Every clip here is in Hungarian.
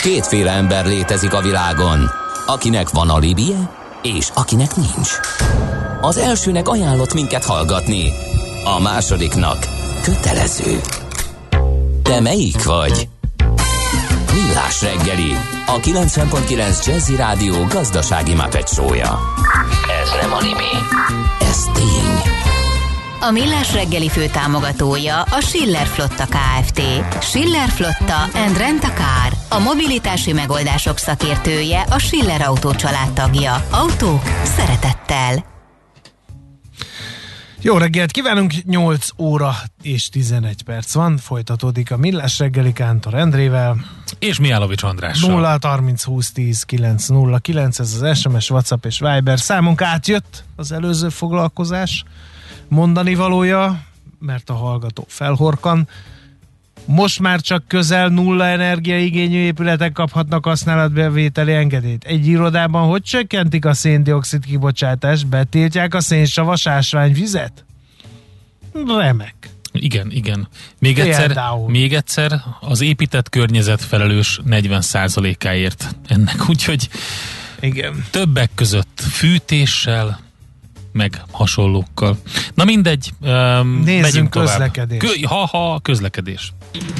Kétféle ember létezik a világon, akinek van alibije, és akinek nincs. Az elsőnek ajánlott minket hallgatni, a másodiknak kötelező. Te melyik vagy? Millás reggeli, a 90.9 Jazzy Rádió gazdasági Muppet show-ja. Ez nem anime, ez tény. A Millás reggeli főtámogatója a Schiller Flotta Kft. Schiller Flotta and Rent a Car. A mobilitási megoldások szakértője, a Schiller Autó család tagja. Autók szeretettel. Jó reggelt kívánunk, 8 óra és 11 perc van, folytatódik a Millás reggeli Kántor Endrével. És Mihálovics Andrással. 0 30 20 10 909, ez az SMS, WhatsApp és Viber számunk. Átjött az előző foglalkozás mondani valója, mert a hallgató felhorkan. Most már csak közel nulla energiaigényű épületek kaphatnak használatbevételi engedélyt. Egy irodában hogy csökkentik a szén-dioxid kibocsátást? Betiltják a szénsavas ásványvizet? Remek. Igen. Még egyszer az épített környezet felelős 40%-áért ennek, úgyhogy igen. Többek között fűtéssel, meg hasonlókkal. Na mindegy, nézzünk közlekedést. Közlekedés.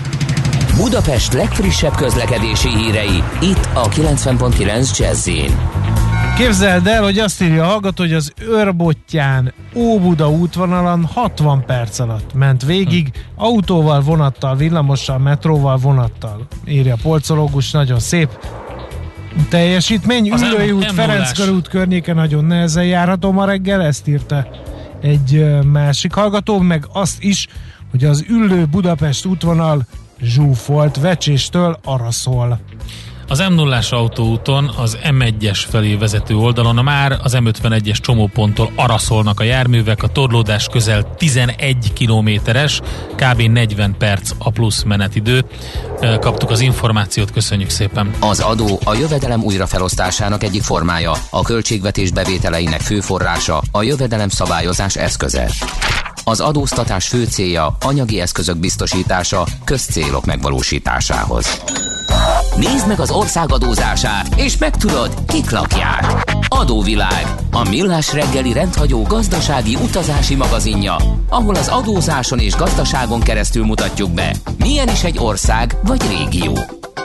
Budapest legfrissebb közlekedési hírei, itt a 90.9 Jazz-in. Képzeld el, hogy azt írja a hallgató, hogy az Őrbottyán Óbuda útvonalon 60 perc alatt ment végig, autóval, vonattal, villamossal, metróval, vonattal. Írja a polcológus, nagyon szép teljesítmény. Üllői út, Ferenc körút környéke nagyon nehezen járható ma reggel, ezt írta egy másik hallgató, meg azt is, hogy az Üllő Budapest útvonal zsúfolt, Vecséstől Araszol. Az M0-ás autóúton az M1-es felé vezető oldalon már az M51-es csomóponttól araszolnak a járművek, a torlódás közel 11 kilométeres, kb. 40 perc a plusz menetidő. Kaptuk az információt, köszönjük szépen. Az adó a jövedelem újrafelosztásának egyik formája, a költségvetés bevételeinek fő forrása, a jövedelem szabályozás eszköze. Az adóztatás fő célja anyagi eszközök biztosítása közcélok megvalósításához. Nézd meg az ország adózását, és megtudod, kik lakják. Adóvilág, a Millás reggeli rendhagyó gazdasági utazási magazinja, ahol az adózáson és gazdaságon keresztül mutatjuk be, milyen is egy ország vagy régió.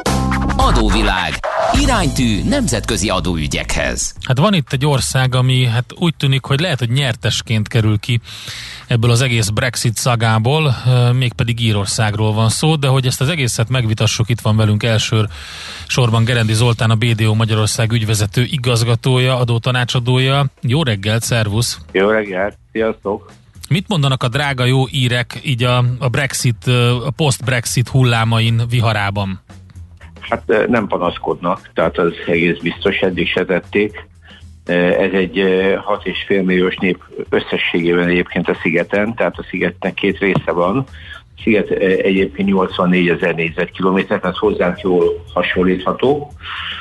Adóvilág, iránytű nemzetközi adóügyekhez. Hát van itt egy ország, ami úgy tűnik, hogy lehet, hogy nyertesként kerül ki ebből az egész Brexit szagából, mégpedig Írországról van szó, de hogy ezt az egészet megvitassuk, itt van velünk első sorban Gerendi Zoltán, a BDO Magyarország ügyvezető igazgatója, adótanácsadója. Jó reggelt, szervusz! Jó reggelt, sziasztok! Mit mondanak a drága jó írek így a Brexit, a post-Brexit hullámain, viharában? Hát nem panaszkodnak, tehát az egész biztos, eddig se tették. Ez egy 6,5 milliós nép összességében egyébként a szigeten, tehát a szigetnek két része van. A sziget egyébként 84 000 négyzetkilométer, tehát hozzánk jól hasonlítható.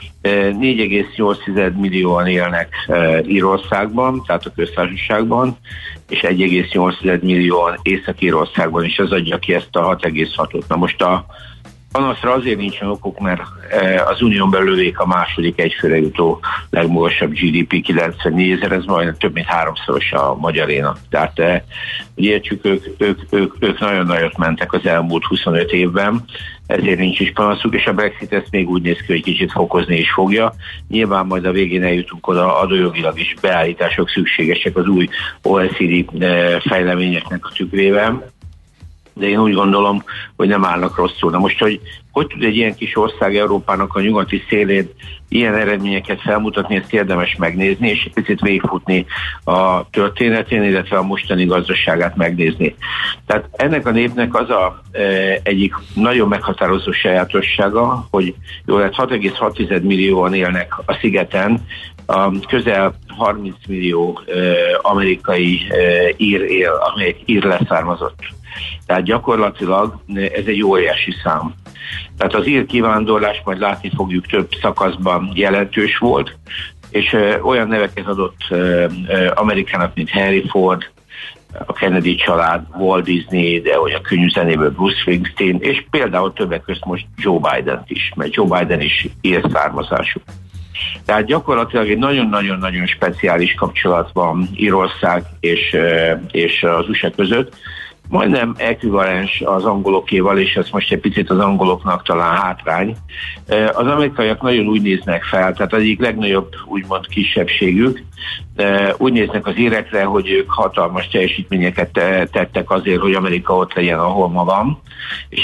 4,8 millióan élnek Írországban, tehát a köztársaságban, és 1,8 millióan Észak-Írországban, és az adja ki ezt a 6,6-ot. Na most a panaszra azért nincsen okuk, mert az unión belül a második egyfőre jutó legmagasabb GDP 94 000, ez majdnem több mint háromszoros a magyarénak. Tehát ugye ők nagyon nagyot mentek az elmúlt 25 évben, ezért nincs is panaszuk, és a Brexit ezt még úgy néz ki, hogy kicsit fokozni is fogja. Nyilván majd a végén eljutunk oda, adójogilag is beállítások szükségesek az új OECD fejleményeknek a tükrében, de én úgy gondolom, hogy nem állnak rosszul. Na most, hogy tud egy ilyen kis ország Európának a nyugati szélén ilyen eredményeket felmutatni, ezt érdemes megnézni, és egy picit végigfutni a történetén, illetve a mostani gazdaságát megnézni. Tehát ennek a népnek az egyik nagyon meghatározó sajátossága, hogy jól lehet 6,6 millióan élnek a szigeten, közel 30 millió amerikai ír él, amelyek ír leszármazott. Tehát gyakorlatilag ez egy óriási szám. Tehát az ír kivándorlás, majd látni fogjuk, több szakaszban jelentős volt, és olyan neveket adott Amerikának, mint Henry Ford, a Kennedy család, Walt Disney, de hogy a könnyűzenéből Bruce Springsteen, és például többek között most Joe Biden is, mert Joe Biden is ír származású. Tehát gyakorlatilag egy nagyon-nagyon-nagyon speciális kapcsolat van Írország és az USA között. Majdnem ekvivalens az angolokéval, és ez most egy picit az angoloknak talán hátrány. Az amerikaiak nagyon úgy néznek fel, tehát az egyik legnagyobb úgymond kisebbségük, úgy néznek az írekre, hogy ők hatalmas teljesítményeket tettek azért, hogy Amerika ott legyen, ahol ma van, és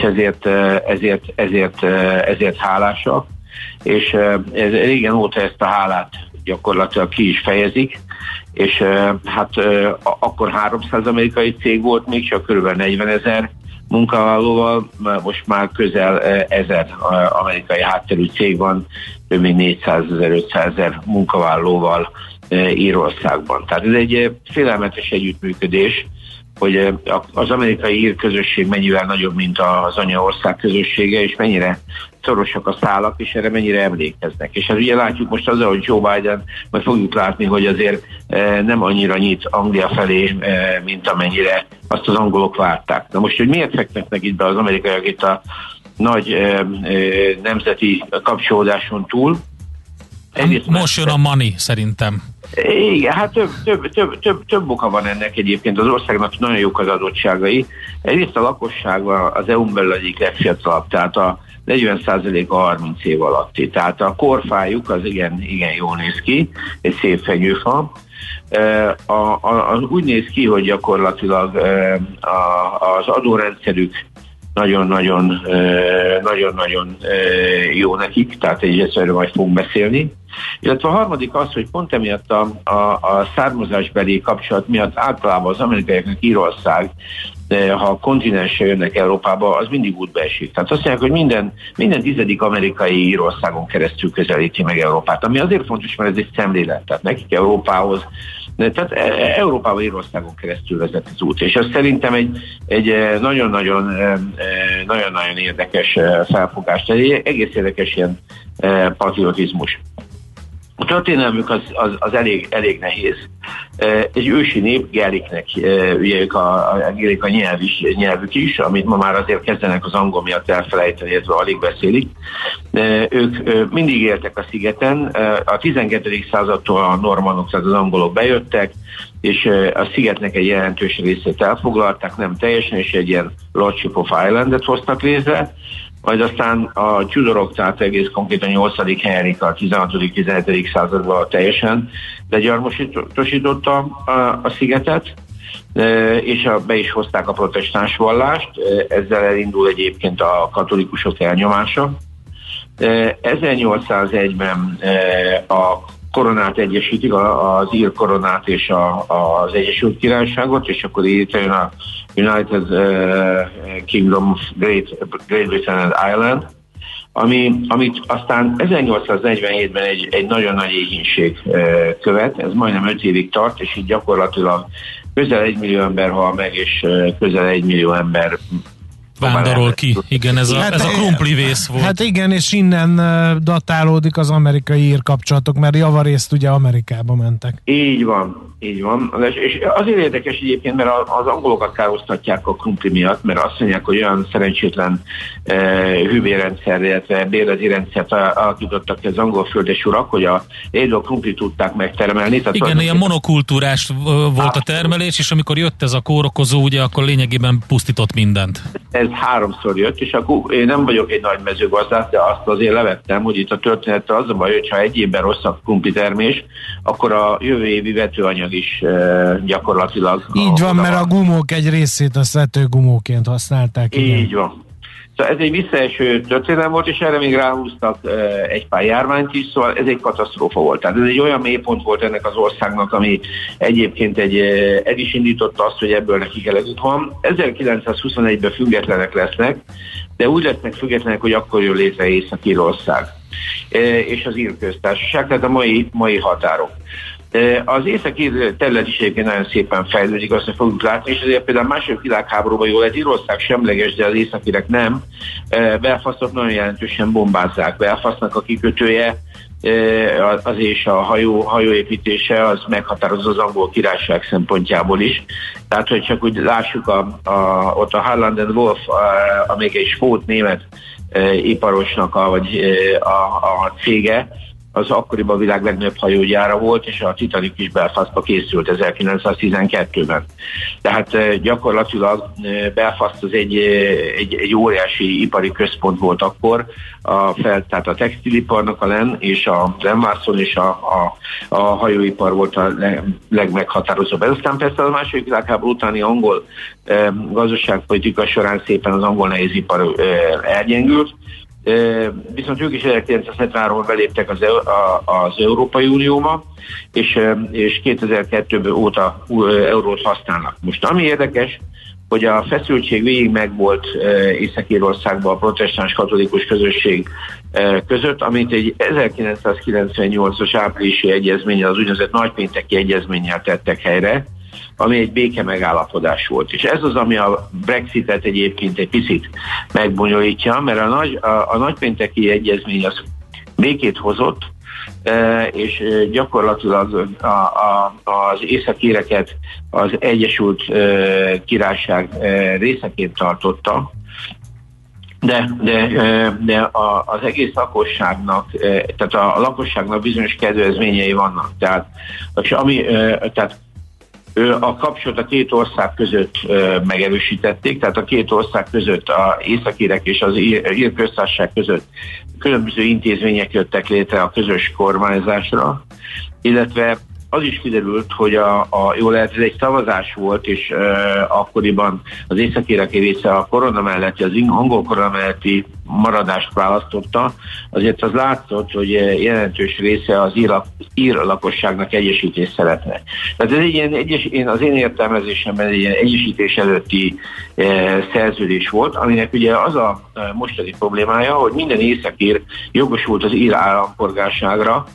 ezért hálásak, és régen óta ezt a hálát gyakorlatilag ki is fejezik, és akkor 300 amerikai cég volt, még csak kb. 40 000 munkavállalóval, most már közel 1000 amerikai hátterű cég van, több mint 400 000, 500 000 munkavállalóval Írországban. Tehát ez egy félelmetes együttműködés, hogy az amerikai ír közösség mennyivel nagyobb, mint az anyaország közössége, és mennyire szorosak a szálak, és erre mennyire emlékeznek. És hát ugye látjuk most azzal, hogy Joe Biden, majd fogjuk látni, hogy azért nem annyira nyit Anglia felé, mint amennyire azt az angolok várták. Na most, hogy miért fektetnek itt be az amerikaiak itt a nagy nemzeti kapcsolódáson túl? Most jön a money, szerintem. Igen, hát több oka van ennek egyébként. Az országnak nagyon jók az adottságai. Egyrészt a lakosság az EU-n belül egyik legfiatalabb, tehát a 40%-a 30 év alatti. Tehát a korfájuk az igen jól néz ki, egy szép fenyőfa. Úgy néz ki, hogy gyakorlatilag az adórendszerük nagyon-nagyon jó nekik, tehát egyszerűen majd fogunk beszélni. Illetve a harmadik az, hogy pont emiatt a származásbeli kapcsolat miatt általában az amerikaiaknak Írország, ha a kontinensre jönnek Európába, az mindig útba esik. Tehát azt mondják, hogy minden 10. amerikai Írországon keresztül közelíti meg Európát, ami azért fontos, mert ez egy szemlélet. Tehát nekik Európához, tehát Európába Írországon keresztül vezet az út. És ez szerintem egy nagyon-nagyon érdekes felfogás, egy egész érdekes ilyen patriotizmus. A történelmük az elég nehéz. Egy ősi nép, geliknek, ugye ők a nyelvük is, amit ma már azért kezdenek az angol miatt elfelejteni, illetve alig beszélik. Ők mindig éltek a szigeten. A 12. századtól a normannok, tehát az angolok bejöttek, és a szigetnek egy jelentős részét elfoglalták, nem teljesen, és egy ilyen Lordship of Islandet hoztak létre. Majd aztán a Tudorok, tehát egész konkrétan 8. Henrik a 16.-17. században teljesen legyarmosította a szigetet, és be is hozták a protestáns vallást, ezzel elindul egyébként a katolikusok elnyomása. 1801-ben a koronát egyesítik, az ír koronát és az Egyesült Királyságot, és akkor itt jön a United Kingdom of Great Britain and Ireland, amit aztán 1847-ben egy nagyon nagy éhínség követ, ez majdnem 5 évig tart, és így gyakorlatilag közel 1 millió ember hal meg, és közel 1 millió ember vándorol ki. Igen, ez a krumplivész volt. Hát igen, és innen datálódik az amerikai-ír kapcsolatok, mert javarészt ugye Amerikába mentek. Így van. És azért érdekes egyébként, mert az angolokat károsztatják a krumpli miatt, mert azt mondják, hogy olyan szerencsétlen hűbérrendszerre, illetve bérleti rendszert alakítottak ki az angol földes urak, hogy a élő krumplit tudták megtermelni. Tehát igen, ilyen monokultúrás volt a termelés, és amikor jött ez a kórokozó, ugye akkor lényegében pusztított mindent. Ez 3-szor jött, és akkor én nem vagyok egy nagy mezőgazdász, de azt azért levettem, hogy itt a történettel az a baj, hogy ha egy évben rossz a krumpli termés, akkor a jövő évi vetőanyag is gyakorlatilag... Így van, mert a gumók egy részét a szvetőgumóként használták. Igen. Így van. Szóval ez egy visszaeső történet volt, és erre még ráhúztak egy pár járványt is, szóval ez egy katasztrófa volt. Tehát ez egy olyan mélypont volt ennek az országnak, ami egyébként el is indította azt, hogy ebből nekik elegük van. 1921-ben függetlenek lesznek, de úgy lesznek függetlenek, hogy akkor jön létre Észak-Írország és az Ír köztársaság, tehát a mai határok. Az északi terület is egyébként nagyon szépen fejlődik, azt fogjuk látni, és azért például a második világháborúban jól lett, Írország semleges, de az északirek nem. Belfastot nagyon jelentősen bombázzák. Belfastnak a kikötője, az és a hajóépítése az meghatározó az angol királyság szempontjából is. Tehát, hogy csak úgy lássuk, ott a Harland and Wolff, amelyik egy skót német iparosnak a cége, az akkoriban a világ legnagyobb hajógyára volt, és a Titanic is Belfastba készült 1912-ben. Tehát gyakorlatilag Belfast az egy óriási ipari központ volt akkor, tehát a textiliparnak a len, és a Lemvászon és a hajóipar volt a legmeghatározóbb. Aztán persze a második világháború utáni angol gazdaságpolitika során szépen az angol nehézipar elgyengült, viszont ők is 1973-ban beléptek az Európai Unióba, és 2002 óta eurót használnak. Most ami érdekes, hogy a feszültség végig megvolt Észak-Írországban a protestáns katolikus közösség között, amit egy 1998-as áprilisi egyezménnyel, az úgynevezett nagypénteki egyezménnyel tettek helyre, ami egy béke megállapodás volt. És ez az, ami a Brexitet egyébként egy picit megbonyolítja, mert a nagypénteki egyezmény az békét hozott, és gyakorlatilag az északíreket az Egyesült Királyság részeként tartotta, de az egész lakosságnak, tehát a lakosságnak bizonyos kedvezményei vannak. Tehát a kapcsolat a két ország között megerősítették, tehát a két ország között, az északírek és az ír köztársaság között különböző intézmények jöttek létre a közös kormányzásra, illetve az is kiderült, hogy jól lehet, ez egy szavazás volt, és akkoriban az északírek része a korona melletti, az angol korona melletti maradást választotta, azért az látszott, hogy jelentős része az ír lakosságnak egyesítést szeretne. Tehát ez egy ilyen az én értelmezésemben egy ilyen egyesítés előtti szerződés volt, aminek ugye az a mostani problémája, hogy minden északír jogosult az ír állampolgárságra,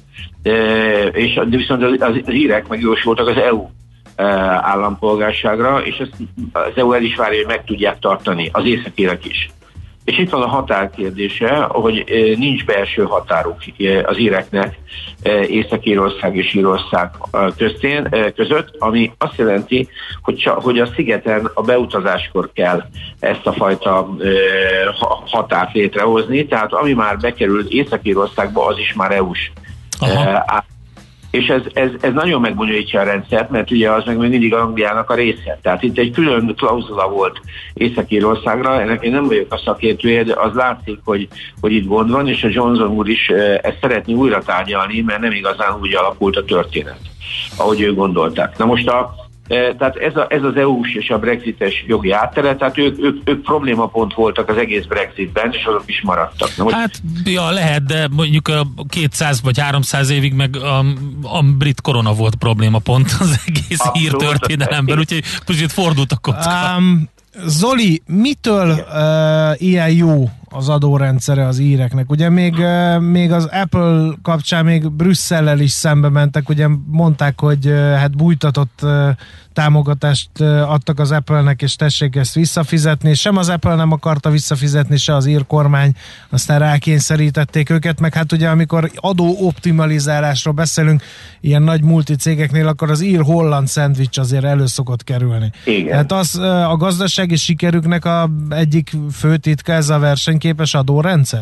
és viszont az írek megjósoltak az EU állampolgárságra, és az EU el is várja, hogy meg tudják tartani, az északírek is. És itt van a határ kérdése, hogy nincs belső határuk az íreknek Észak-Írország és Írország között, ami azt jelenti, hogy a szigeten a beutazáskor kell ezt a fajta határt létrehozni, tehát ami már bekerült Észak-Írországba, az is már EU-s. És ez nagyon megbonyolítja a rendszert, mert ugye az meg mindig Angliának a része. Tehát itt egy külön klauzula volt Észak-Írországra, ennek én nem vagyok a szakértője, de az látszik, hogy itt gond van, és a Johnson úr is ezt szeretné újra tárgyalni, mert nem igazán úgy alakult a történet, ahogy ők gondolták. Na most tehát ez az EU-s és a brexites jogi áttere, tehát ők problémapont voltak az egész Brexitben, és azok is maradtak. Na most... Hát, ja, lehet, de mondjuk 200 vagy 300 évig meg a brit korona volt problémapont az egész ír történelemben, úgyhogy kicsit fordult a kocka. Zoli, mitől ilyen jó az adórendszere az íreknek? Ugye még az Apple kapcsán még Brüsszellel is szembe mentek, ugye mondták, hogy hát bújtatott támogatást adtak az Apple-nek, és tessék ezt visszafizetni, sem az Apple nem akarta visszafizetni, se az ír kormány, aztán rákényszerítették őket, meg hát ugye amikor adóoptimalizálásról beszélünk ilyen nagy multicégeknél, akkor az ír-holland szendvics azért elő szokott kerülni. Igen. Hát az a gazdasági sikerüknek egyik fő titka ez a versenyképes adórendszer?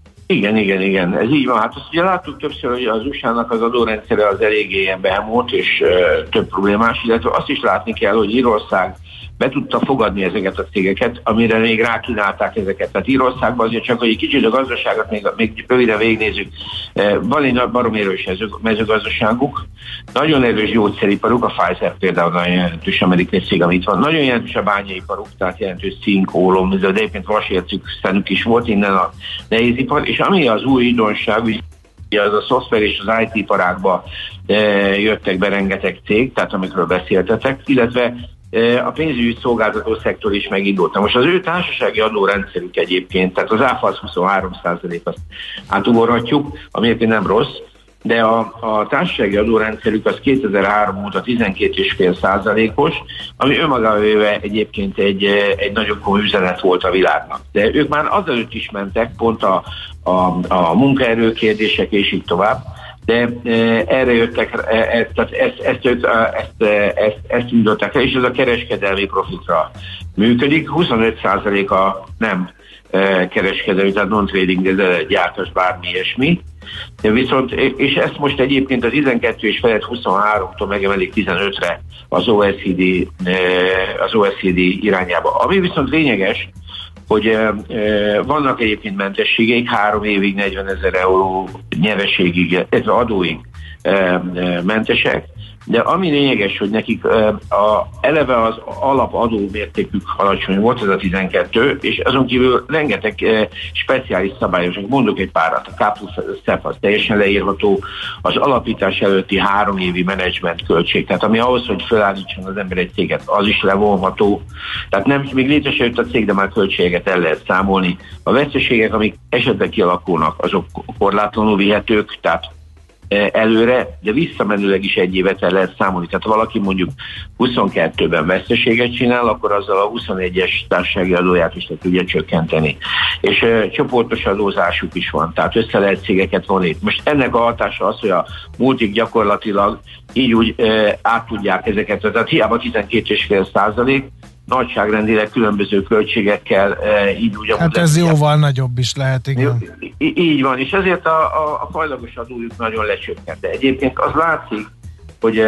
Igen. Ez így van. Hát azt ugye láttuk többször, hogy az USA-nak az adórendszere az eléggé ilyen behemót és több problémás, illetve azt is látni kell, hogy Írország be tudta fogadni ezeket a cégeket, amire még rákínálták ezeket. Tehát Írországban azért csak, hogy egy kicsit a gazdaságot még röviden végignézzük, van egy barom erős mezőgazdaságuk, nagyon erős gyógyszeriparuk, a Pfizer például nagyon jelentős amerikai cég, amit van, nagyon jelentős a bányaiparuk, tehát jelentős cink, ólom, de egyébként vasércük szenük is volt innen a nehézipar, és ami az új újdonság, az a szoftver és az IT iparákba jöttek be rengeteg cég, tehát amikről beszéltetek, illetve a pénzügyi szolgáltató szektor is megindult. Na most az ő társasági adórendszerük egyébként, tehát az áfa az 23%, azt átugorhatjuk, ami egyébként nem rossz, de a társasági adórendszerük az 2003 óta 12,5%-os, ami önmagában véve egyébként egy nagyon komoly üzenet volt a világnak. De ők már azelőtt is mentek, pont a munkaerő kérdések és így tovább, de erre jöttek, ezt indították el, és ez a kereskedelmi profitra működik. 25%-a nem kereskedelmi, tehát non-trading, de gyártás, bármi ilyesmi. De viszont, és ezt most egyébként a 12 és felett 23-tól megemelik 15-re az OECD irányába. Ami viszont lényeges, hogy vannak egyébként mentességeik, 3 évig 40 000 euró nyereségig, adóig mentesek, de ami lényeges, hogy nekik eleve az alapadó mértékük alacsony volt, ez a 12, és azon kívül rengeteg speciális szabályosok, mondok egy párat, a K plusz SZEP az teljesen leírható, az alapítás előtti 3 évi menedzsment költség, tehát ami ahhoz, hogy felállítson az ember egy céget, az is levonható, tehát nem még létre jött a cég, de már költséget el lehet számolni. A veszteségek, amik esetleg kialakulnak, azok korlátlanul vihetők, tehát előre, de visszamenőleg is egy évet el lehet számolni. Tehát ha valaki mondjuk 22-ben veszteséget csinál, akkor azzal a 21-es társasági adóját is le tudja csökkenteni. És csoportos adózásuk is van, tehát össze lehet cégeket vonni. Most ennek a hatása az, hogy a multik gyakorlatilag így úgy át tudják ezeket, tehát hiába 12,5%, nagyságrendileg különböző költségekkel így úgy. Hát ez jóval nagyobb is lehet, igen. Így van, és ezért a fajlagos adójuk nagyon lecsökkent. De egyébként az látszik, hogy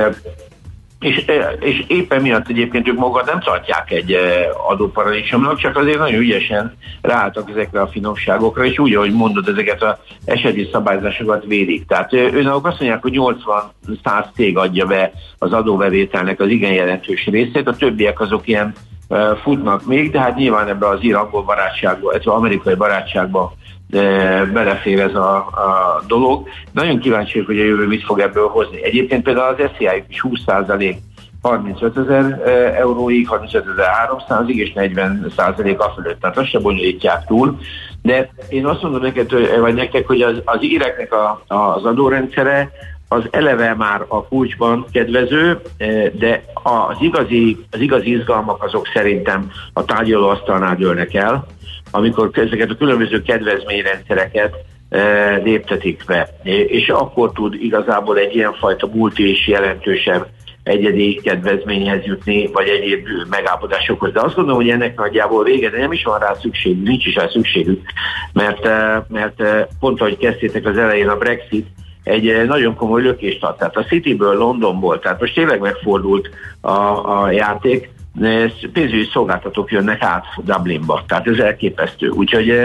és éppen miatt egyébként ők magukat nem tartják egy adóparadicsomnak, csak azért nagyon ügyesen ráálltak ezekre a finomságokra, és úgy, ahogy mondod, ezeket az eseti szabályozásokat védik. Tehát ők azt mondják, hogy 80-100 cég adja be az adóbevételnek az igen jelentős részét, a többiek azok ilyen futnak még, de hát nyilván ebbe az ír-angol barátságba, illetve amerikai barátságba belefér ez a dolog. Nagyon kíváncsiak, hogy a jövő mit fog ebből hozni. Egyébként például az SZIA-juk is 20% 35 000 euróig, 35 300-ig és 40% afölött. Tehát azt se bonyolítják túl. De én azt mondom nektek, hogy az íreknek az adórendszere az eleve már a kulcsban kedvező, de az igazi izgalmak azok szerintem a tárgyalóasztalnál dőlnek el, amikor ezeket a különböző kedvezményrendszereket léptetik be. És akkor tud igazából egy ilyenfajta multi és jelentősebb egyedi kedvezményhez jutni, vagy egyéb megállapodásokhoz. De azt gondolom, hogy ennek nagyjából vége, de nem is van rá szükség, nincs is rá szükségük, mert pont ahogy kezdtétek az elején, a Brexit egy nagyon komoly lökést ad. Tehát a Cityből Londonból, tehát most tényleg megfordult a játék, pénzügyi szolgáltatók jönnek át Dublinba, tehát ez elképesztő. Úgyhogy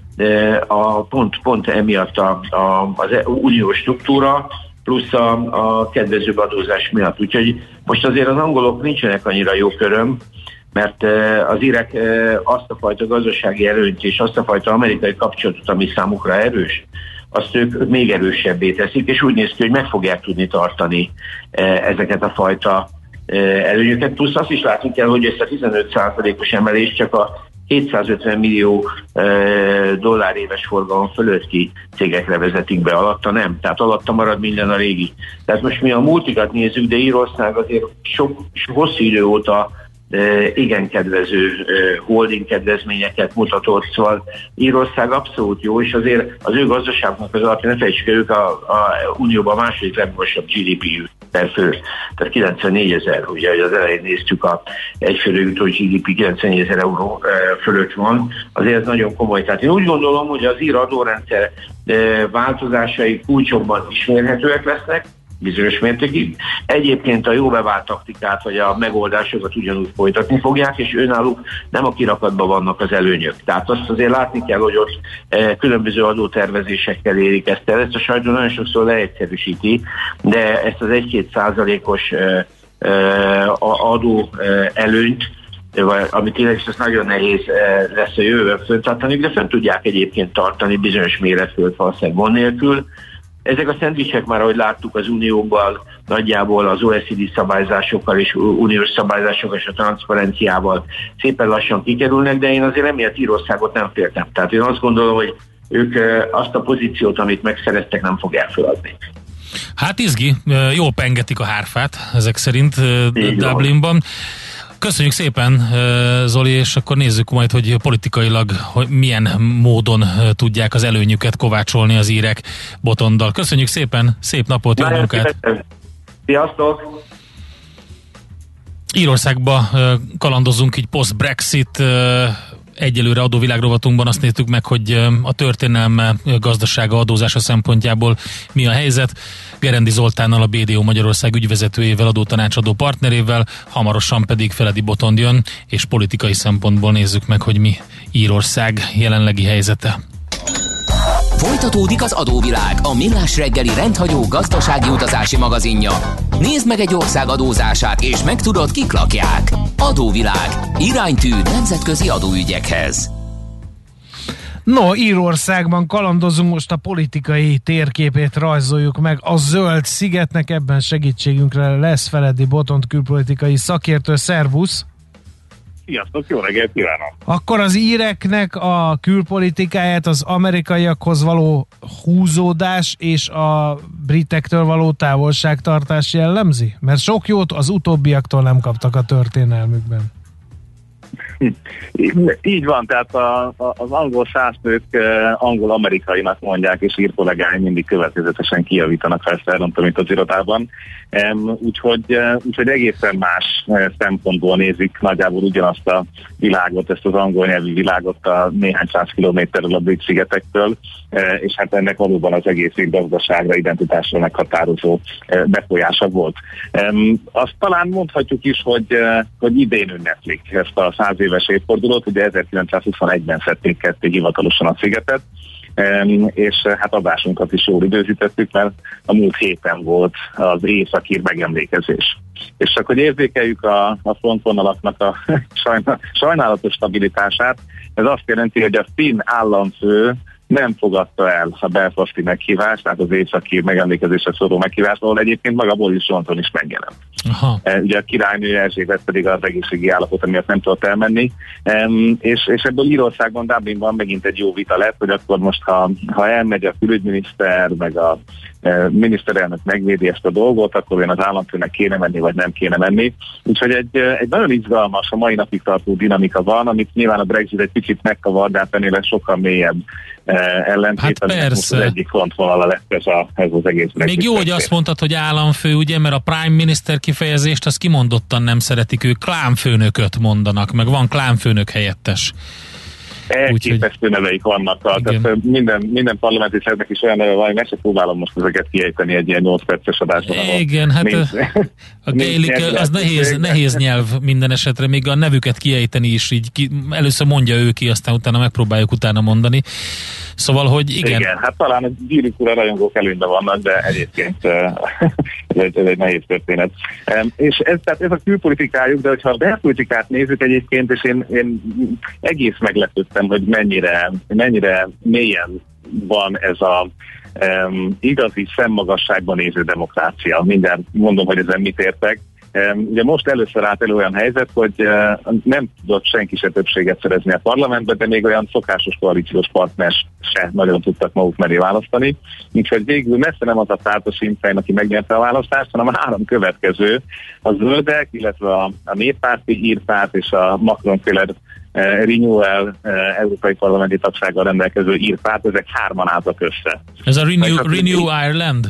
pont emiatt az uniós struktúra plusz a kedvezőbb adózás miatt. Úgyhogy most azért az angolok nincsenek annyira jó köröm, mert az írek azt a fajta gazdasági előnyt és azt a fajta amerikai kapcsolatot, ami számukra erős, azt ők még erősebbé teszik, és úgy néz ki, hogy meg fogják tudni tartani ezeket a fajta előnyöket. Plusz azt is látni kell, hogy ezt a 15%-os emelés csak a 250 millió dollár éves forgalom fölötti cégekre vezetik be, alatta nem. Tehát alatta marad minden a régi. Tehát most mi a multikat nézzük, de Írország azért hosszú idő óta igen kedvező holding kedvezményeket mutatott, szóval Írország abszolút jó, és azért az ő gazdaságnak az alapján, ne felejtsük, ők a Unióban a második legmagasabb GDP-jű per fő, tehát 94 000, ugye, hogy az elején néztük a egyfőre jutó GDP 94 000 euró fölött van, azért ez nagyon komoly. Tehát én úgy gondolom, hogy az ír adórendszer változásai kulcsokban ismerhetőek lesznek, bizonyos mértékig. Egyébként a jó bevált taktikát, vagy a megoldásokat ugyanúgy folytatni fogják, és önálluk nem a kirakatban vannak az előnyök. Tehát azt azért látni kell, hogy ott különböző adótervezésekkel érik ezt el. Ezt a sajtó nagyon sokszor leegyszerűsíti, de ezt az 1-2%-os adó előnyt, amit tényleg is nagyon nehéz lesz a jövőben föntartani, de fönn tudják egyébként tartani bizonyos méretföld valószínűleg gond nélkül. Ezek a szendvicsek már, ahogy láttuk az Unióban, nagyjából az OECD szabályzásokkal és uniós szabályzásokkal és a transzparenciával szépen lassan kikerülnek, de én azért emiatt Írországot nem féltem. Tehát én azt gondolom, hogy ők azt a pozíciót, amit megszereztek, nem fogják feladni. Hát izgi, jól pengetik a hárfát, ezek szerint Dublinban. Köszönjük szépen, Zoli, és akkor nézzük majd, hogy politikailag hogy milyen módon tudják az előnyüket kovácsolni az írek Botondal. Köszönjük szépen, szép napot, jó munkát! Sziasztok! Írországba kalandozunk így post-Brexit, egyelőre adóvilágrovatunkban azt néztük meg, hogy a történelme, gazdasága, adózása szempontjából mi a helyzet. Gerendi Zoltánnal, a BDO Magyarország ügyvezetőjével, adótanácsadó partnerével, hamarosan pedig Feledi Botond jön, és politikai szempontból nézzük meg, hogy mi Írország jelenlegi helyzete. Folytatódik az Adóvilág, a millás reggeli rendhagyó gazdasági utazási magazinja. Nézd meg egy ország adózását, és megtudod, kik lakják. Adóvilág. Iránytű nemzetközi adóügyekhez. No, Írországban kalandozunk, most a politikai térképét rajzoljuk meg a Zöld szigetnek, ebben segítségünkre lesz Feledi Botond külpolitikai szakértő. Szervusz! Sziasztok, jó reggelt kívánok! Akkor az íreknek a külpolitikáját az amerikaiakhoz való húzódás és a britektől való távolságtartás jellemzi? Mert sok jót az utóbbiaktól nem kaptak a történelmükben. Így van, tehát az angol száznők angol-amerikainak mondják, és ír kollégáim mindig következetesen kijavítanak, ha ezt elrontom itt az irodában. Úgyhogy egészen más szempontból nézik nagyjából ugyanazt a világot, ezt az angol nyelvű világot a néhány száz kilométerrel a Brit-szigetektől, és hát ennek valóban az egész gazdaságra, identitásra meghatározó befolyása volt. Azt talán mondhatjuk is, hogy idén ünneplik ezt a 100 éves évfordulót, ugye 1921-ben szedték ketté hivatalosan a szigetet, és hát adásunkat is jól időzítettük, mert a múlt héten volt az északír megemlékezés. És csak hogy érzékeljük a frontvonalaknak a sajnálatos stabilitását, ez azt jelenti, hogy a finn államfő nem fogadta el a belfasti meghívást, tehát az északír megemlékezésre szóló meghívást, ahol egyébként maga Boris Johnson is megjelent. Ugye a királynő Erzsébet pedig az egészségi állapota miatt nem tudott elmenni, és ebből Írországban, Dublinban megint egy jó vita lett, hogy akkor most, ha elmegy a külügyminiszter, meg a miniszterelnök megvédi ezt a dolgot, akkor olyan az államfőnek kéne menni, vagy nem kéne menni. Úgyhogy egy nagyon izgalmas, a mai napig tartó dinamika van, amit nyilván a Brexit egy picit megkavar, de hát ennél sokkal mélyebb ellentét, hát persze. Az egyik frontvonala lett ez az egész Brexit. Még jó, hogy azt mondtad, hogy államfő, ugye, mert a Prime Minister kifejezést azt kimondottan nem szeretik, ők klánfőnököt mondanak, meg van klánfőnök helyettes. Elképesztő neveik vannak. Tehát minden parlamenti szervnek is olyan neve van, hogy meg se próbálom most ezeket kiejteni egy ilyen 8 perces adásban. Igen, hát a gaelic az nehéz nyelv minden esetre, még a nevüket kiejteni is így először mondja ő ki, aztán utána megpróbáljuk utána mondani. Szóval, hogy igen. Igen, hát talán a gyűrűk ura rajongók előnyben vannak, de egyébként ez egy nehéz történet. És ez a külpolitikájuk, de hogyha a belpolitikát nézzük egyébként, és én egész meglepődtem, hogy mennyire mélyen van ez a igazi szemmagasságban néző demokrácia. Mindjárt mondom, hogy ezen mit értek. Ugye most először állt elő olyan helyzet, hogy nem tudott senki se többséget szerezni a parlamentben, de még olyan szokásos koalíciós partner se nagyon tudtak maguk mellé választani. Úgyhogy végül messze nem az a párt, a Sinn Féin, aki megnyerte a választást, hanem a 3 következő, a Zöldek, illetve a Néppárti Írpárt és a Macron-féle Renewal európai parlamenti tagsággal rendelkező Írpárt, ezek 3-an álltak össze. Ez a Renew Ireland?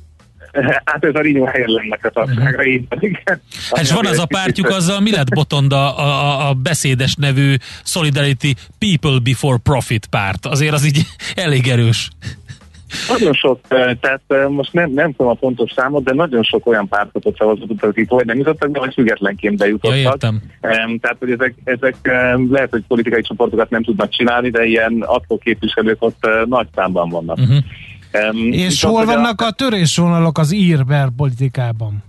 Hát ez a Renew Irelandnek a tagságra így pedig. Hát és van az a pártjuk, azzal mi lett Botond a beszédes nevű Solidarity People Before Profit párt? Azért az így elég erős. Nagyon sok, tehát most nem tudom a pontos számot, de nagyon sok olyan pártot szavazott, akik vagy nem jutottak, de vagy függetlenként bejutottak. Ja, értem. Tehát, hogy ezek lehet, hogy politikai csoportokat nem tudnak csinálni, de ilyen adhok képviselők ott nagy számban vannak. És hol vannak a törésvonalak az ír belpolitikában?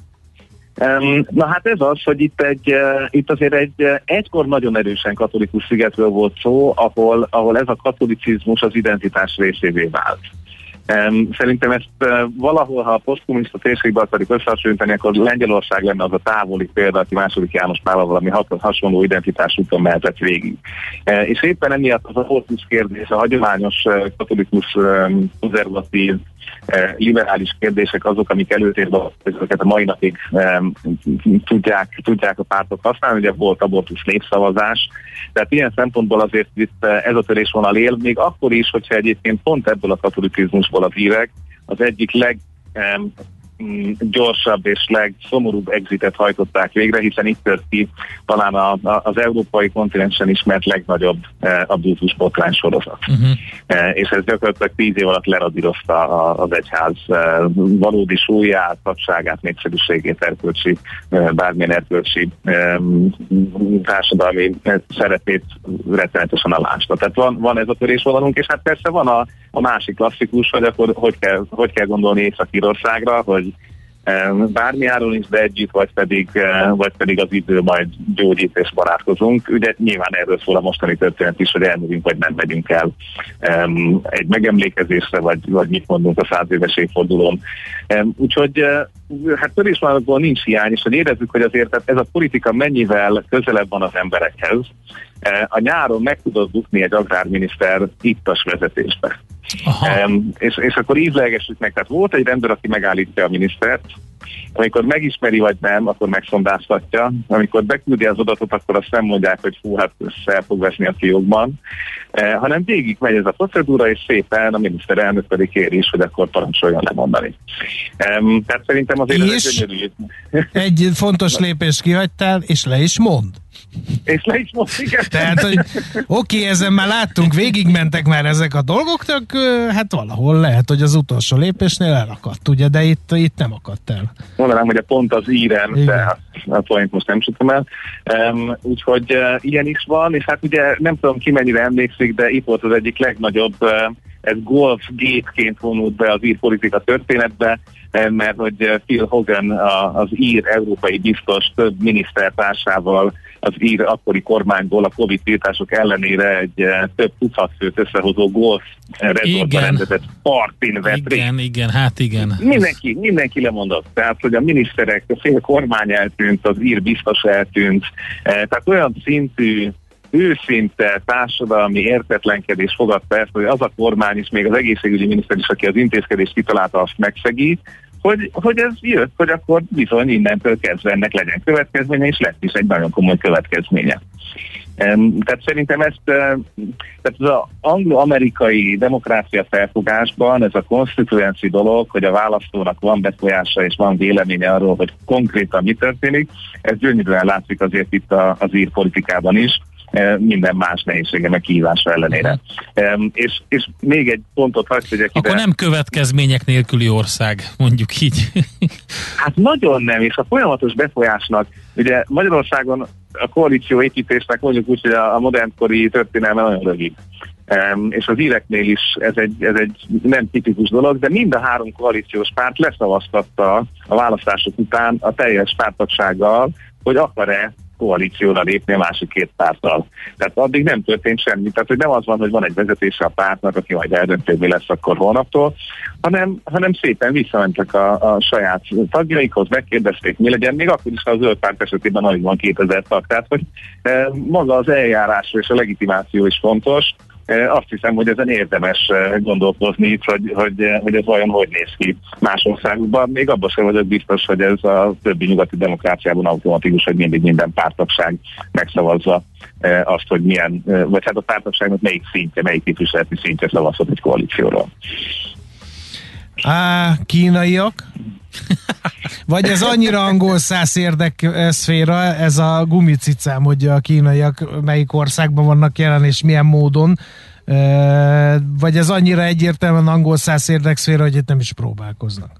Na hát ez az, hogy itt azért egykor nagyon erősen katolikus szigetről volt szó, ahol ez a katolicizmus az identitás részévé vált. Szerintem ezt valahol, ha a posztkommunista térségbe akarjuk összehasonlítani, akkor Lengyelország lenne az a távoli példa, aki II. János Pállal valami hasonló identitás úton mehetett végig. És éppen emiatt az abortusz kérdés, a hagyományos katolikus, konzervatív, liberális kérdések azok, amik előtérben ezeket a mai napig tudják a pártok használni, ugye volt abortusz népszavazás, tehát ilyen szempontból azért itt ez a törésvonal él, még akkor is, hogyha egyébként pont ebből a katolicizmusból az írek az egyik gyorsabb és legszomorúbb exitet hajtották végre, hiszen itt tört ki talán az európai kontinensen ismert legnagyobb abdultus botrány sorozat. És ez gyakorlatilag 10 év alatt leradírozta az egyház valódi súlyát, tagságát, népszerűségét, bármilyen erkölcsi társadalmi szerepét rettenetesen alásta. Tehát van ez a törésvonalunk, és hát persze van a másik klasszikus, hogy akkor hogy kell gondolni Észak-Írországra, hogy bármi áron is, de együtt, vagy pedig az idő majd gyógyít és barátkozunk. Ugye nyilván erről szól a mostani történet is, hogy elmegyünk, vagy nem megyünk el egy megemlékezésre, vagy mit mondunk a 100 éves évfordulón. Úgyhogy hát törésvonalakból nincs hiány, és hogy érezzük, hogy azért ez a politika mennyivel közelebb van az emberekhez. A nyáron meg tudott bukni egy agrárminiszter ittas vezetésbe. És akkor ízlelgessük meg. Tehát volt egy rendőr, aki megállítja a minisztert, amikor megismeri vagy nem, akkor megszondáztatja. Amikor beküldi az adatot, akkor azt nem mondják, hogy hú, hát el fog vesni a fiókban, hanem végig megy ez a procedúra, és szépen a miniszterelnök pedig kéri is, hogy akkor parancsoljon lemondani. Tehát szerintem azért ez gyönyörű. Egy fontos lépést kihagytál, és le is mond. És le is mond, igen. Tehát, hogy oké, ezen már láttunk, végigmentek már ezek a dolgok, csak hát valahol lehet, hogy az utolsó lépésnél elakadt, ugye, de itt nem akadt el. Mondanám, hogy a pont az íren, de a point most nem sütöm el. Úgyhogy ilyen is van, és hát ugye nem tudom ki mennyire emlékszik, de itt volt az egyik legnagyobb, ez golf gépként vonult be az ír politika történetbe, mert hogy Phil Hogan, az ír európai biztos több minisztertársával az ír akkori kormányból a Covid tiltások ellenére egy több tucat főt összehozó golf resortban rendezett partin vett részt. Igen, hát igen. Mindenki lemondott. Tehát, hogy a miniszterek, a fél kormány eltűnt, az ír biztos eltűnt. Tehát olyan szintű őszinte társadalmi értetlenkedés fogadta ezt, hogy az a kormány is, még az egészségügyi miniszter is, aki az intézkedést kitalálta, azt megszegi, hogy ez jött, hogy akkor bizony innentől kezdve ennek legyen következménye, és lett is egy nagyon komoly következménye. Tehát szerintem tehát az anglo-amerikai demokrácia felfogásban ez a constituency dolog, hogy a választónak van befolyása és van véleménye arról, hogy konkrétan mi történik, ez gyönyörűen látszik azért itt az ír politikában is, minden más nehézsége meg kihívása ellenére. És még egy pontot hadd tegyek ide. Akkor nem következmények nélküli ország, mondjuk így. Hát nagyon nem, és a folyamatos befolyásnak, ugye Magyarországon a koalícióépítésnek mondjuk úgy, hogy a modernkori történelme nagyon rövid. És az íreknél is ez egy nem tipikus dolog, de mind a három koalíciós párt leszavaztatta a választások után a teljes párttagsággal, hogy akar-e koalícióra lépni a másik két párttal. Tehát addig nem történt semmi. Tehát, hogy nem az van, hogy van egy vezetése a pártnak, aki majd eldönti, mi lesz akkor holnaptól, hanem szépen visszamentek a saját tagjaikhoz, megkérdezték, mi legyen, még akkor is, ha a zöld párt esetében alig van 2000 tag. Tehát, hogy maga az eljárás és a legitimáció is fontos. Azt hiszem, hogy ezen érdemes gondolkozni, hogy ez vajon hogy néz ki más országokban. Még abban sem vagyok biztos, hogy ez a többi nyugati demokráciában automatikus, hogy mindig minden párttagság megszavazza azt, hogy milyen, vagy hát a párttagságnak melyik szintje, melyik képviseleti szintje szavazhat egy koalícióról. Kínaiak? Vagy ez annyira angol száz érdekszféra, ez a gumicicám, hogy a kínaiak melyik országban vannak jelen és milyen módon, vagy ez annyira egyértelműen angol száz érdekszféra, hogy itt nem is próbálkoznak?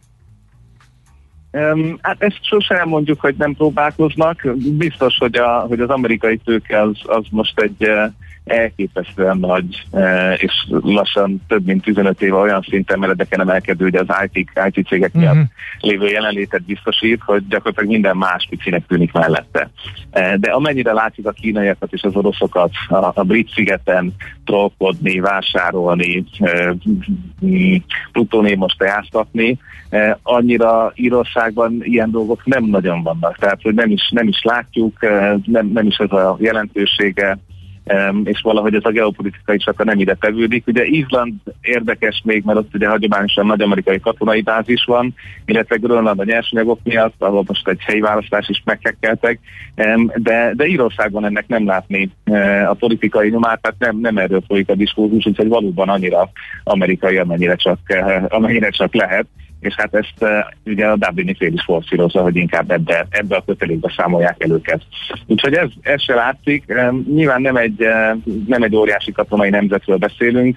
Hát ezt sosem mondjuk, hogy nem próbálkoznak. Biztos, hogy az amerikai tőke az most elképesztően nagy, és lassan több mint 15 éve olyan szinten meredeken emelkedő, hogy az IT cégek miatt lévő jelenlétet biztosít, hogy gyakorlatilag minden más picinek tűnik mellette. De amennyire látjuk a kínaiakat és az oroszokat a brit szigeten trollkodni, vásárolni, plutóniumos teáztatni, annyira Írországban ilyen dolgok nem nagyon vannak. Tehát, hogy nem is látjuk, nem is ez a jelentősége, és valahogy ez a geopolitikai csata nem ide tevődik. Ugye Izland érdekes még, mert ott ugye hagyományosan nagy amerikai katonai bázis van, illetve Grönland a nyersanyagok miatt, ahol most egy helyi választás is meghekkeltek, de Írországban ennek nem látni a politikai nyomát, tehát nem erről folyik a diskurzus, úgyhogy valóban annyira amerikai, amennyire csak lehet. És hát ezt ugye a Dublini fél is forszírozza, hogy inkább ebbe a kötelékbe számolják el őket. Úgyhogy ez se látszik. Nyilván nem egy óriási katonai nemzetről beszélünk.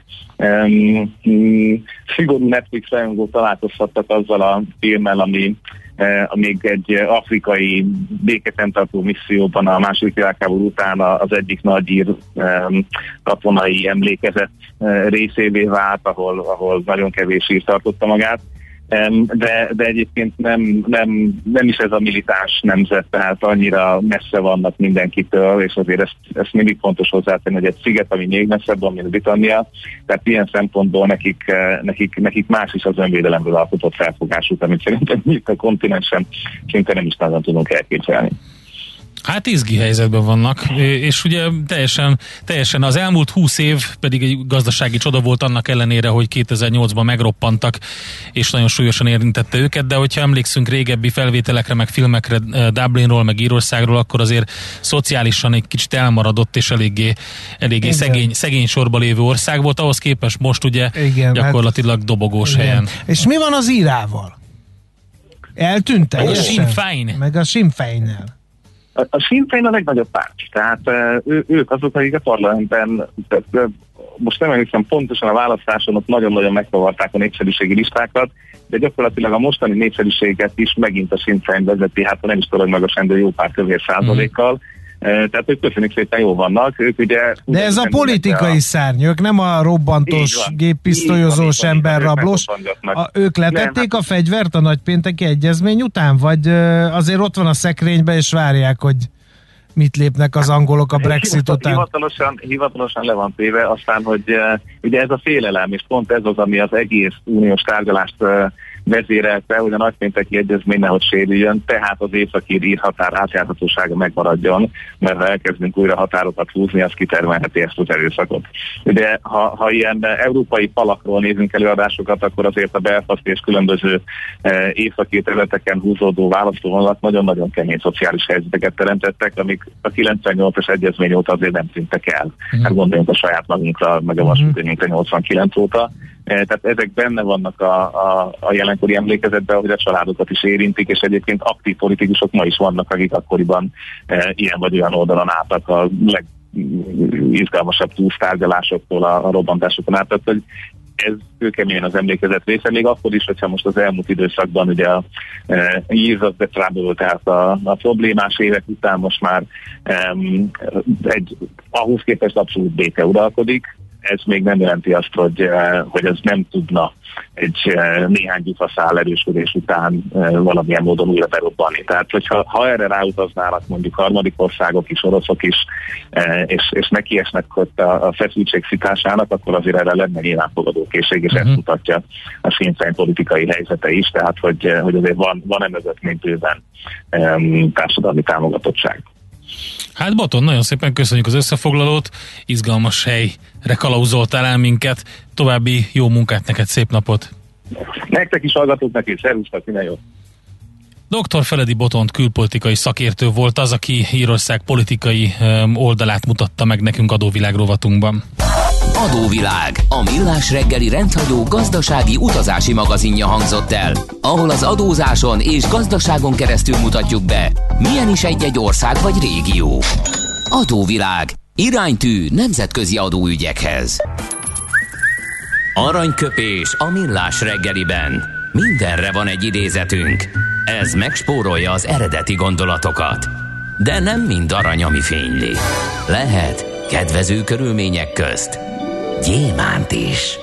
Szigorú Netflix rajongók találkozhattak azzal a filmmel, ami még egy afrikai békefenntartó misszióban a második világháború után az egyik nagy ír katonai emlékezet részévé vált, ahol nagyon kevés ír tartotta magát. De egyébként nem is ez a militáns nemzet, tehát annyira messze vannak mindenkitől, és azért ezt mindig fontos hozzátenni, hogy egy sziget, ami még messzebb van, mint Britannia, tehát ilyen szempontból nekik más is az önvédelemről alkotott felfogásuk, amit szerintem itt a kontinensen szinte nem is nagyon tudunk elképzelni. Hát izgi helyzetben vannak, és ugye teljesen az elmúlt 20 év pedig egy gazdasági csoda volt annak ellenére, hogy 2008-ban megroppantak, és nagyon súlyosan érintette őket, de hogyha emlékszünk régebbi felvételekre, meg filmekre Dublinról, meg Írországról, akkor azért szociálisan egy kicsit elmaradott, és eléggé szegény sorba lévő ország volt, ahhoz képest most ugye gyakorlatilag dobogós helyen. És mi van az Írával? Eltűnt teljesen? A Sinn Féin. Meg a Sinn Féinnel. A Sinn Féin a legnagyobb párt, tehát ők azok, akik a parlamentben, most nem emlékszem pontosan a választáson, ott nagyon-nagyon megkavarták a népszerűségi listákat, de gyakorlatilag a mostani népszerűséget is megint a Sinn Féin vezeti, hát nem is tudok magasan, de jó pár kövér százalékkal. Tehát ők köszönjük szépen jól vannak. Ők ugye, de ez a politikai szárny, ők nem a robbantós, géppisztolyozós emberrablós. Ők letették a fegyvert a nagypénteki egyezmény után? Vagy azért ott van a szekrénybe és várják, hogy mit lépnek az angolok a Brexit után? Hivatalosan le van téve, aztán, hogy ugye ez a félelem, és pont ez az, ami az egész uniós tárgyalást vezérelte, hogy a nagypénteki egyezmény nehogy sérüljön, tehát az északír ír határ átjárhatósága megmaradjon, mert ha elkezdünk újra határokat húzni, az kitermelheti ezt az erőszakot. Ugye, ha ilyen európai palakról nézünk előadásokat, akkor azért a Belfast és különböző északír területeken húzódó választóvonalat nagyon-nagyon kemény szociális helyzeteket teremtettek, amik a 98-as egyezmény óta azért nem tűntek el. Hát gondoljunk a saját magunkra, meg a vasútkönyvünkre 89 óta. Tehát ezek benne vannak a jelenkori emlékezetben, hogy a családokat is érintik, és egyébként aktív politikusok ma is vannak, akik akkoriban ilyen vagy olyan oldalon álltak a legizgalmasabb túlsztárgyalásoktól a robbantásokon át. Tehát, hogy ez kőkeményen az emlékezet része, még akkor is, hogyha most az elmúlt időszakban ugye a Years of the Trouble, tehát a problémás évek után most már ahhoz képest abszolút béke uralkodik. Ez még nem jelenti azt, hogy ez nem tudna egy néhány gyufaszál erősödés után valamilyen módon újra berobbanni. Tehát, hogyha erre ráutaznának mondjuk harmadik országok is, oroszok is, és nekiesnek ott a feszültség szításának, akkor azért erre lenne nyilván fogadókészség, és ezt mutatja a Sinn Féin politikai helyzete is, tehát, hogy azért van emögött még bőven társadalmi támogatottság. Hát Botond, nagyon szépen köszönjük az összefoglalót, izgalmas helyre kalauzoltál el minket, további jó munkát neked, szép napot! Nektek is hallgatóknak és szervusztok, minden jó! Dr. Feledi Botond külpolitikai szakértő volt az, aki Írország politikai oldalát mutatta meg nekünk Adóvilág rovatunkban. Adóvilág, a millás reggeli rendhagyó gazdasági utazási magazinja hangzott el, ahol az adózáson és gazdaságon keresztül mutatjuk be, milyen is egy ország vagy régió. Adóvilág, iránytű nemzetközi adóügyekhez. Aranyköpés a millás reggeliben. Mindenre van egy idézetünk. Ez megspórolja az eredeti gondolatokat. De nem mind arany, ami fényli. Lehet kedvező körülmények közt gyémánt is.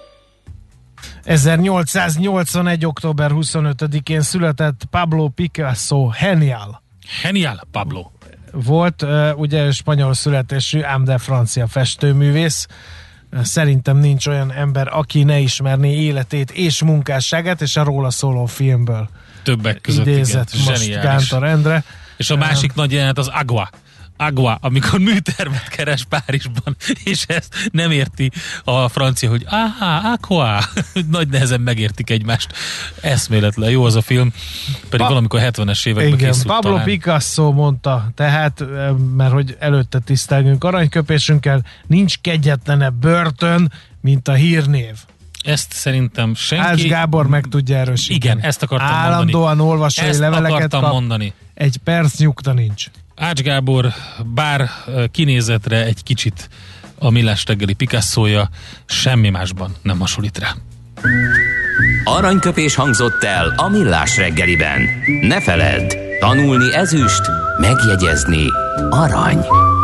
1881. október 25-én született Pablo Picasso, Genial Pablo. Volt, ugye spanyol születésű, ám de francia festőművész. Szerintem nincs olyan ember, aki ne ismerné életét és munkásságát, és a róla szóló filmből Többek között idézett igen. most Gántor Endre. És a másik nagy jelenet az Agua, amikor műtermet keres Párizsban, és ezt nem érti a francia, hogy Aqua. Nagy nehezen megértik egymást. Eszméletlen jó az a film, pedig valamikor 70-es években készült. Pablo talán. Picasso mondta, tehát, mert hogy előtte tisztelgünk aranyköpésünkkel, nincs kegyetlenebb börtön, mint a hírnév. Ezt szerintem senki... Ács Gábor meg tudja erősíteni. Igen, ezt akartam mondani. Állandóan olvasói ezt leveleket akartam kap, mondani. egy perc nyugta nincs. Ács Gábor bár kinézetre egy kicsit a Millás reggeli Picasso-ja, semmi másban nem hasonlít rá. Aranyköpés hangzott el a Millás reggeliben. Ne feledd, tanulni ezüst, megjegyezni arany.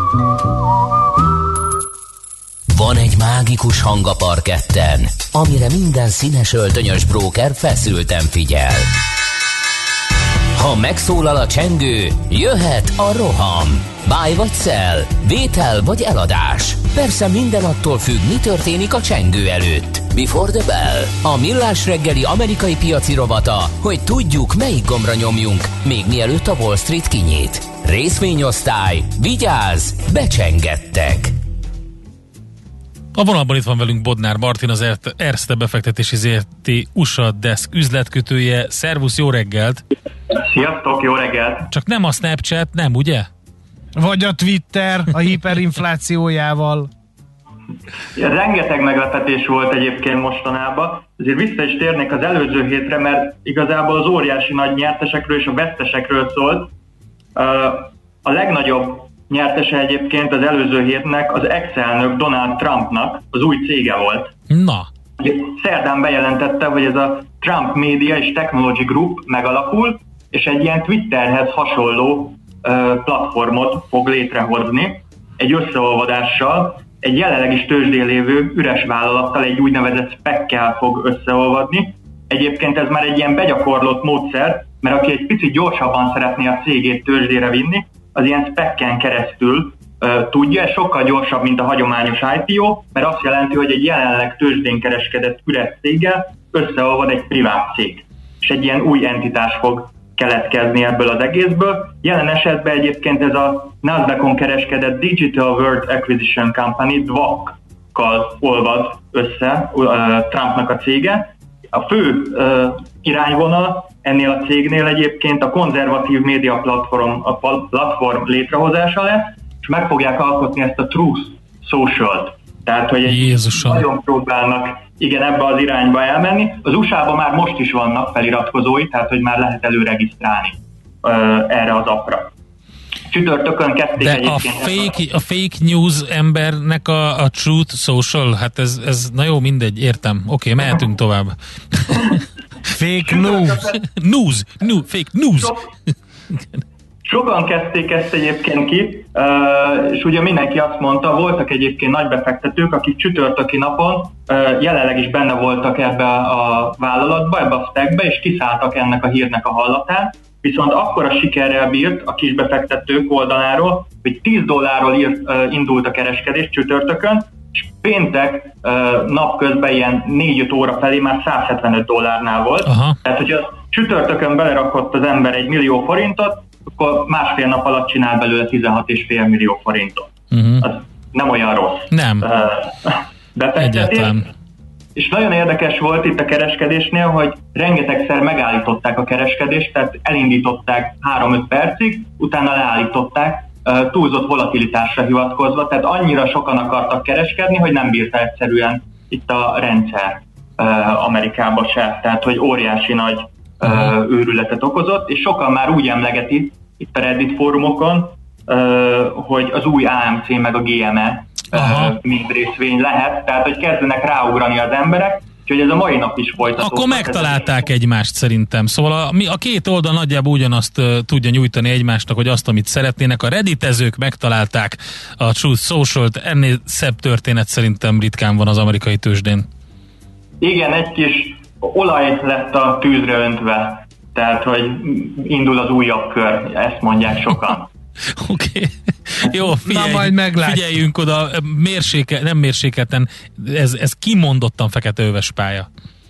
Van egy mágikus hang a parketten, amire minden színes öltönyös bróker feszülten figyel. Ha megszólal a csengő, jöhet a roham. Buy vagy sell, vétel vagy eladás. Persze minden attól függ, mi történik a csengő előtt. Before the bell, a Millás reggeli amerikai piaci rovata, hogy tudjuk, melyik gombra nyomjunk, még mielőtt a Wall Street kinyit. Részvényosztály, vigyázz, becsengettek! A vonalban itt van velünk Bodnár Martin, az Erste befektetési ZRT USA Desk üzletkötője. Szervusz, jó reggelt! Sziasztok, jó reggelt! Csak nem a Snapchat, nem, ugye? Vagy a Twitter a hiperinflációjával. Ja, rengeteg meglepetés volt egyébként mostanában, ezért vissza is térnék az előző hétre, mert igazából az óriási nagy nyertesekről és a vesztesekről szólt. A legnagyobb nyertese egyébként az előző hétnek az ex-elnök Donald Trumpnak az új cége volt. Na. Szerdán bejelentette, hogy ez a Trump Media és Technology Group megalakul, és egy ilyen Twitterhez hasonló platformot fog létrehozni, egy összeolvadással, egy jelenleg is tőzsdén lévő üres vállalattal, egy úgynevezett SPAC-kel fog összeolvadni. Egyébként ez már egy ilyen begyakorlott módszer, mert aki egy picit gyorsabban szeretné a cégét tőzsdére vinni, az ilyen SPAC-en keresztül tudja, ez sokkal gyorsabb, mint a hagyományos IPO, mert azt jelenti, hogy egy jelenleg tőzsdén kereskedett üres céggel összeolvad egy privát cég. És egy ilyen új entitás fog keletkezni ebből az egészből. Jelen esetben egyébként ez a Nasdaqon kereskedett Digital World Acquisition Company, DWAC-kal olvad össze Trumpnak a cége. A fő irányvonal ennél a cégnél egyébként a konzervatív média platform létrehozása lesz, és meg fogják alkotni ezt a Truth Social-t. Tehát, hogy nagyon próbálnak ebbe az irányba elmenni. Az USA-ban már most is vannak feliratkozói, tehát, hogy már lehet előregisztrálni erre az appra. Csütörtökön kezdték egyébként. A fake news embernek a Truth Social, hát ez na jó, mindegy, értem. Oké, mehetünk tovább. Fake news. Fake news. Sokan kezdték ezt egyébként ki, és ugye mindenki azt mondta, voltak egyébként nagy befektetők, akik csütörtöki napon jelenleg is benne voltak ebbe a vállalatba, ebbe a SPAC-be, és kiszálltak ennek a hírnek a hallatán, viszont akkora sikerrel bírt a kisbefektetők oldaláról, hogy $10 indult a kereskedés csütörtökön, és péntek napközben ilyen 4-5 óra felé már $175 volt. Aha. Tehát, hogyha csütörtökön belerakott az ember $1 millió, akkor másfél nap alatt csinál belőle 16,5 millió forintot. Az nem olyan rossz. Nem. Befektetés. És nagyon érdekes volt itt a kereskedésnél, hogy rengetegszer megállították a kereskedést, tehát elindították 3-5 percig, utána leállították, túlzott volatilitásra hivatkozva, tehát annyira sokan akartak kereskedni, hogy nem bírta egyszerűen itt a rendszer Amerikában se, tehát hogy óriási nagy őrületet okozott, és sokan már úgy emlegeti itt a Reddit fórumokon, hogy az új AMC meg a GME mind részvény lehet, tehát hogy kezdenek ráugrani az emberek, Úgyhogy ez a mai nap is folytatódott. Akkor megtalálták egymást szerintem. Szóval a két oldal nagyjából ugyanazt tudja nyújtani egymásnak, hogy azt, amit szeretnének. A redditezők megtalálták a Truth Social-t, ennél szebb történet szerintem ritkán van az amerikai tőzsdén. Igen, egy kis olaj lett a tűzre öntve, tehát hogy indul az újabb kör, ezt mondják sokan. Oké. Jó, figyeljünk oda, nem mérsékelten, ez kimondottan feketeöves pálya.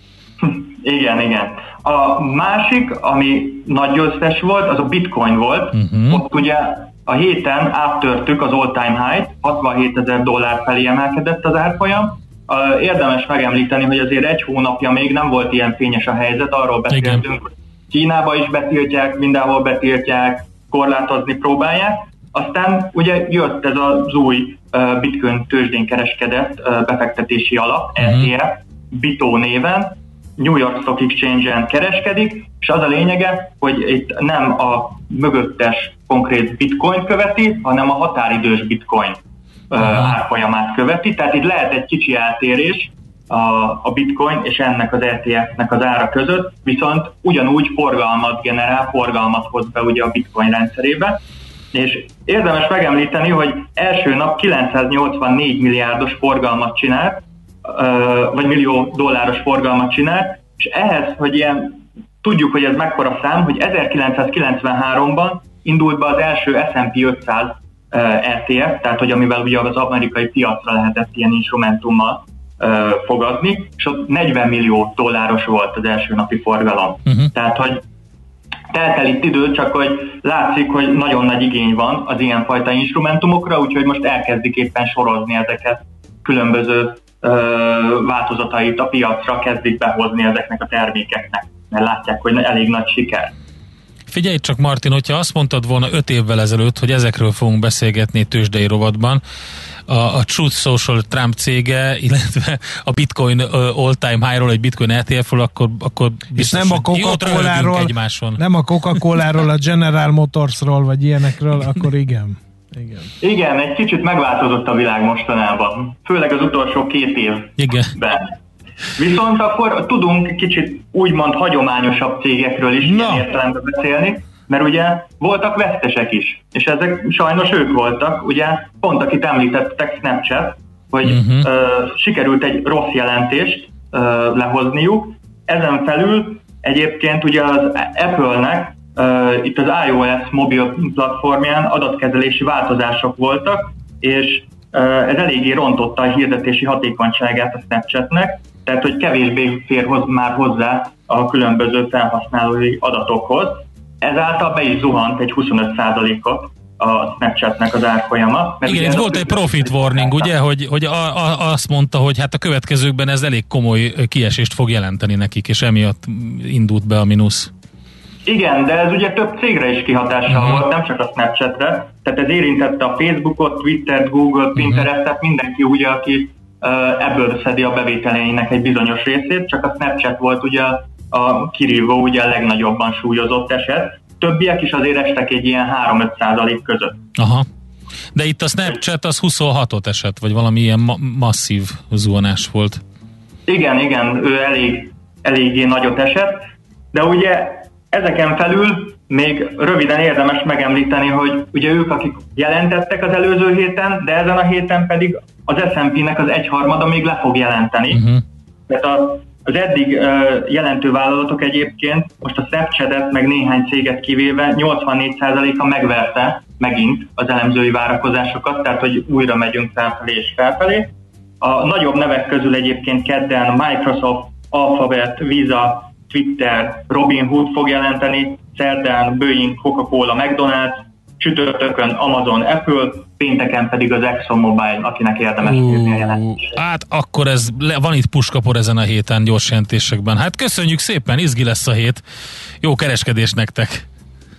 Igen. A másik, ami nagy győztes volt, az a Bitcoin volt. Ott ugye a héten áttörtük az all-time high-t, $67,000 felé emelkedett az árfolyam. Érdemes megemlíteni, hogy azért egy hónapja még nem volt ilyen fényes a helyzet, arról beszéltünk, hogy Kínába is betiltják, mindenhol betiltják, korlátozni próbálják. Aztán ugye jött ez az új Bitcoin tőzsdén kereskedett befektetési alap, ETF, BITO néven, New York Stock Exchange-en kereskedik, és az a lényege, hogy itt nem a mögöttes konkrét Bitcoin követi, hanem a határidős Bitcoin árfolyamát követi, tehát itt lehet egy kicsi eltérés a Bitcoin és ennek az ETF-nek az ára között, viszont ugyanúgy forgalmat generál, forgalmat hoz be ugye a Bitcoin rendszerébe, és érdemes megemlíteni, hogy első nap 984 milliárdos forgalmat csinált, vagy millió dolláros forgalmat csinált, és ehhez, hogy ilyen, tudjuk, hogy ez mekkora szám, hogy 1993-ban indult be az első S&P 500 ETF, tehát hogy amivel ugye az amerikai piacra lehetett ilyen instrumentummal fogadni, és ott 40 millió dolláros volt az első napi forgalom. Tehát, hogy telt el itt idő, csak hogy látszik, hogy nagyon nagy igény van az ilyenfajta instrumentumokra, úgyhogy most elkezdik éppen sorozni ezeket, különböző változatait a piacra kezdik behozni ezeknek a termékeknek, mert látják, hogy elég nagy siker. Figyelj csak, Martin, hogyha azt mondtad volna 5 évvel ezelőtt, hogy ezekről fogunk beszélgetni tőzsdei rovatban, a Truth Social Trump cége, illetve a Bitcoin all-time high-ról, egy Bitcoin ETF-ről, akkor biztos, nem a Coca-Coláról, nem a Coca-Coláról, a General Motorsról, vagy ilyenekről, akkor igen. Igen, egy kicsit megváltozott a világ mostanában, főleg az utolsó 2 évben. Igen. Viszont akkor tudunk kicsit úgymond hagyományosabb cégekről is ilyen értelemben beszélni, mert ugye voltak vesztesek is, és ezek sajnos ők voltak, ugye pont akit említettek, Snapchat, hogy sikerült egy rossz jelentést lehozniuk. Ezen felül egyébként ugye az Apple-nek itt az iOS mobil platformján adatkezelési változások voltak, és ez eléggé rontotta a hirdetési hatékonyságát a Snapchatnek, tehát hogy kevésbé fér már hozzá a különböző felhasználói adatokhoz. Ezáltal be is zuhant egy 25%-ot a Snapchatnek az árfolyama. Igen, itt volt egy profit warning, ugye, hogy azt mondta, hogy hát a következőkben ez elég komoly kiesést fog jelenteni nekik, és emiatt indult be a mínusz. Igen, de ez ugye több cégre is kihatással volt, nem csak a Snapchatre, tehát ez érintette a Facebookot, Twittert, Google, Pinterestet, mindenki ugye, aki ebből szedi a bevételeinek egy bizonyos részét, csak a Snapchat volt ugye a kirívó, ugye a legnagyobban súlyozott eset. Többiek is azért estek egy ilyen 3-5% között. Aha. De itt a Snapchat az 26-ot esett, vagy valami ilyen masszív zuhanás volt. Igen, ő eléggé nagyot esett, de ugye ezeken felül még röviden érdemes megemlíteni, hogy ugye ők, akik jelentettek az előző héten, de ezen a héten pedig az S&P-nek az 1/3 még le fog jelenteni. Tehát az eddig jelentő vállalatok egyébként, most a Snapchat-et meg néhány céget kivéve 84%-a megverte megint az elemzői várakozásokat, tehát hogy újra megyünk felfelé és felfelé. A nagyobb nevek közül egyébként kedden Microsoft, Alphabet, Visa, Twitter, Robinhood fog jelenteni, szerdán Boeing, Coca-Cola, McDonald's, csütörtökön Amazon, Apple, pénteken pedig az ExxonMobil, akinek érdemes nézni a jelentését. Hát akkor van itt puskapor ezen a héten gyors jelentésekben. Hát köszönjük szépen, izgi lesz a hét. Jó kereskedés nektek!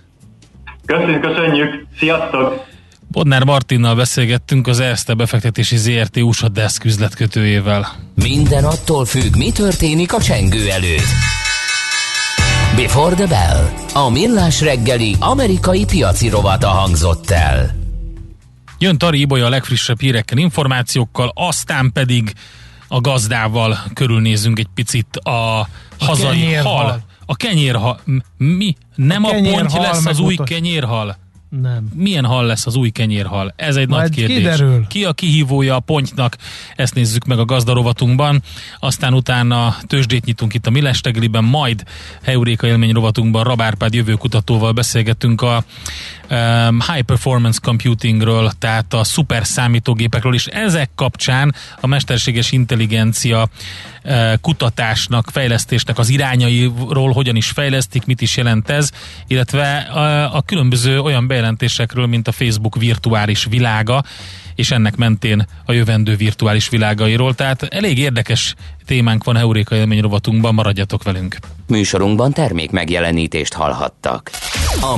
Köszönjük! Sziasztok! Bodnár Martinnal beszélgettünk, az Erste befektetési ZRT USA Desk üzletkötőjével. Minden attól függ, mi történik a csengő előtt. Before the Bell. A millás reggeli amerikai piaci rovata hangzott el. Jön Tari Ibolya a legfrissebb hírekkel, információkkal, aztán pedig a gazdával körülnézzünk egy picit a hazai hal. A kenyérhal. Mi? Nem a ponty lesz az új kenyérhal? Nem. Milyen hal lesz az új kenyérhal? Ez egy majd nagy kérdés. Kiderül. Ki a kihívója a pontynak? Ezt nézzük meg a gazdarovatunkban. Aztán utána tőzsdét nyitunk itt a Millás reggeliben, majd Heuréka élmény rovatunkban Rab Árpád jövőkutatóval beszélgetünk a high performance computingről, tehát a szuper számítógépekről, és ezek kapcsán a mesterséges intelligencia kutatásnak, fejlesztésnek az irányairól, hogyan is fejlesztik, mit is jelent ez, illetve a különböző olyan bejelentésekről, mint a Facebook virtuális világa, és ennek mentén a jövendő virtuális világairól. Tehát elég érdekes témánk van Heuréka élmény rovatunkban, maradjatok velünk. Műsorunkban termék megjelenítést hallhattak.